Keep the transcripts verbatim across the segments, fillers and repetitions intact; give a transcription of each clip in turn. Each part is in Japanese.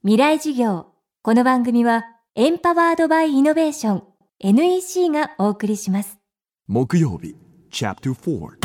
未来事業。この番組はエンパワードバイイノベーション エヌイーシー がお送りします。 木曜日チャプターよん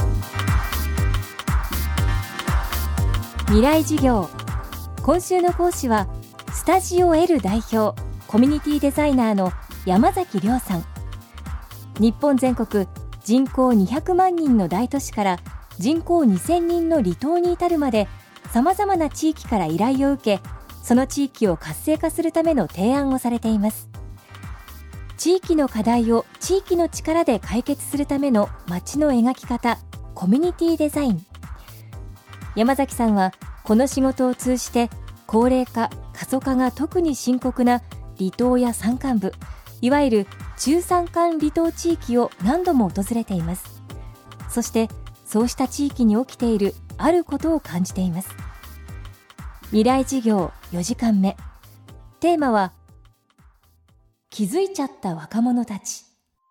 未来事業。今週の講師はスタジオ L 代表コミュニティデザイナーの山崎亮さん。日本全国人口にひゃくまんにんの大都市から人口にせんにんの離島に至るまでさまざまな地域から依頼を受け、その地域を活性化するための提案をされています。地域の課題を地域の力で解決するための街の描き方、コミュニティデザイン。山崎さんはこの仕事を通じて高齢化、過疎化が特に深刻な離島や山間部、いわゆる中山間離島地域を何度も訪れています。そしてそうした地域に起きているあることを感じています。未来事業よじかんめ。テーマは気づいちゃった若者たち。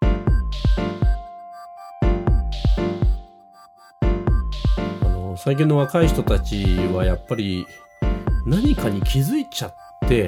あの最近の若い人たちはやっぱり何かに気づいちゃって、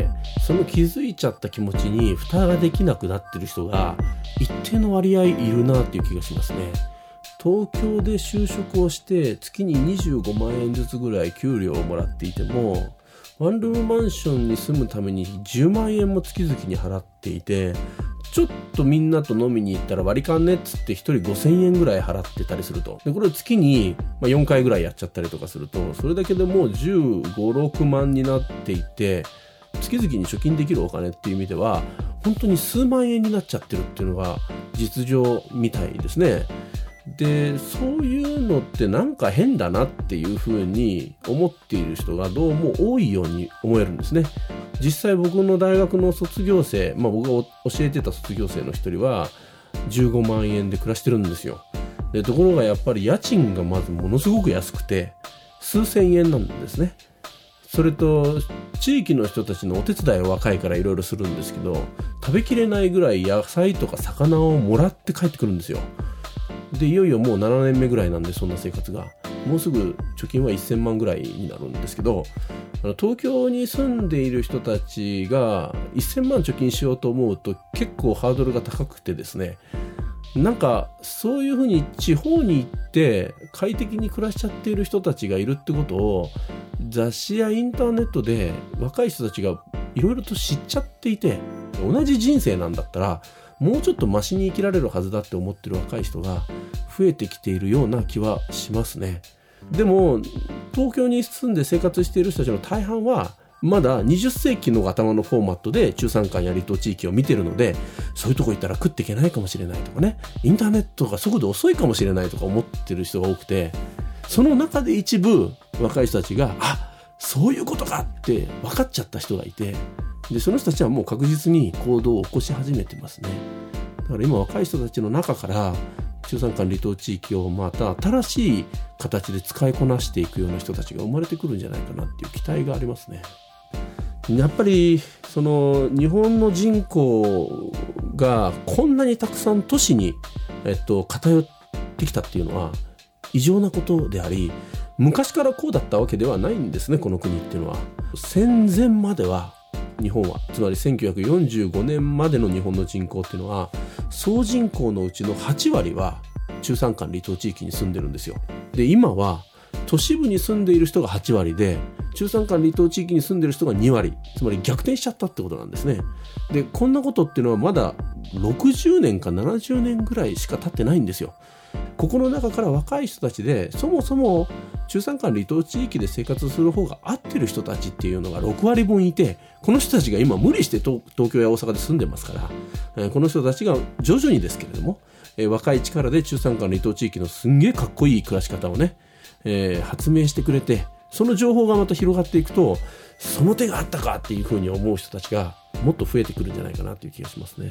その気づいちゃった気持ちに蓋ができなくなってる人が一定の割合いるなっていう気がしますね。東京で就職をして月ににじゅうごまんえんずつぐらい給料をもらっていても、ワンルームマンションに住むためにじゅうまんえんも月々に払っていて、ちょっとみんなと飲みに行ったら割り勘ねっつってひとりごせんえんぐらい払ってたりすると。で、これを月によんかいぐらいやっちゃったりとかすると、それだけでもうじゅうご、ろくまんになっていて、月々に貯金できるお金っていう意味では本当に数万円になっちゃってるっていうのが実情みたいですね。で、そういうのってなんか変だなっていうふうに思っている人がどうも多いように思えるんですね。実際僕の大学の卒業生、まあ僕が教えてた卒業生の一人はじゅうごまんえんで暮らしてるんですよ。で、ところがやっぱり家賃がまずものすごく安くて数千円なんですね。それと地域の人たちのお手伝いを若いからいろいろするんですけど、食べきれないぐらい野菜とか魚をもらって帰ってくるんですよ。で、いよいよもうななねんめぐらいなんで、そんな生活がもうすぐ貯金はせんまんぐらいになるんですけど、あの東京に住んでいる人たちがせんまん貯金しようと思うと結構ハードルが高くてですね、なんかそういうふうに地方に行って快適に暮らしちゃっている人たちがいるってことを雑誌やインターネットで若い人たちがいろいろと知っちゃっていて、同じ人生なんだったらもうちょっとマシに生きられるはずだって思ってる若い人が増えてきているような気はしますね。でも東京に住んで生活している人たちの大半はまだにじゅっせいきの頭のフォーマットで中山間や離島地域を見てるので、そういうとこ行ったら食っていけないかもしれないとかね、インターネットが速度遅いかもしれないとか思ってる人が多くて、その中で一部若い人たちがあ、そういうことかって分かっちゃった人がいて、でその人たちはもう確実に行動を起こし始めてますね。だから今若い人たちの中から中山間離島地域をまた新しい形で使いこなしていくような人たちが生まれてくるんじゃないかなっていう期待がありますね。やっぱりその日本の人口がこんなにたくさん都市に、えっと、偏ってきたっていうのは異常なことであり、昔からこうだったわけではないんですね。この国っていうのは戦前までは日本は、つまりせんきゅうひゃくよんじゅうごねんまでの日本の人口っていうのは総人口のうちのはちわりは中山間離島地域に住んでるんですよ。で、今は都市部に住んでいる人がはちわりで中山間離島地域に住んでいる人がにわり、つまり逆転しちゃったってことなんですね。で、こんなことっていうのはまだろくじゅうねんかななじゅうねんぐらいしか経ってないんですよ。ここの中から若い人たちでそもそも中山間離島地域で生活する方が合ってる人たちっていうのがろくわりぶんいて、この人たちが今無理して東京や大阪で住んでますから、えー、この人たちが徐々にですけれども、えー、若い力で中山間離島地域のすんげえかっこいい暮らし方をね、えー、発明してくれて、その情報がまた広がっていくと、その手があったかっていうふうに思う人たちがもっと増えてくるんじゃないかなという気がしますね。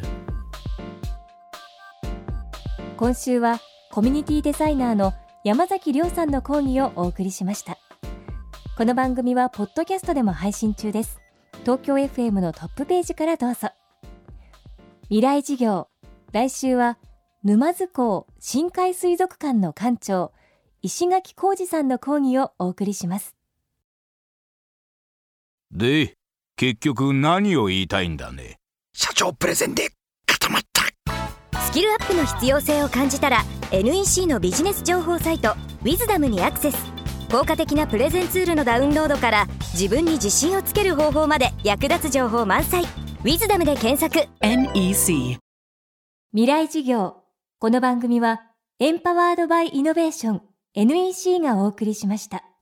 今週はコミュニティデザイナーの山崎亮さんの講義をお送りしました。この番組はポッドキャストでも配信中です。東京 エフエム のトップページからどうぞ。未来事業。来週は沼津港深海水族館の館長石垣浩二さんの講義をお送りします。 で、 結局何を言いたいんだね。 社長プレゼンで固まった。 スキルアップの必要性を感じたら エヌイーシー のビジネス情報サイト ウィズダム にアクセス。効果的なプレゼンツールのダウンロードから自分に自信をつける方法まで役立つ情報満載。 ウィズダム で検索。 エヌイーシー未来事業。この番組はエンパワードバイイノベーション エヌイーシー がお送りしました。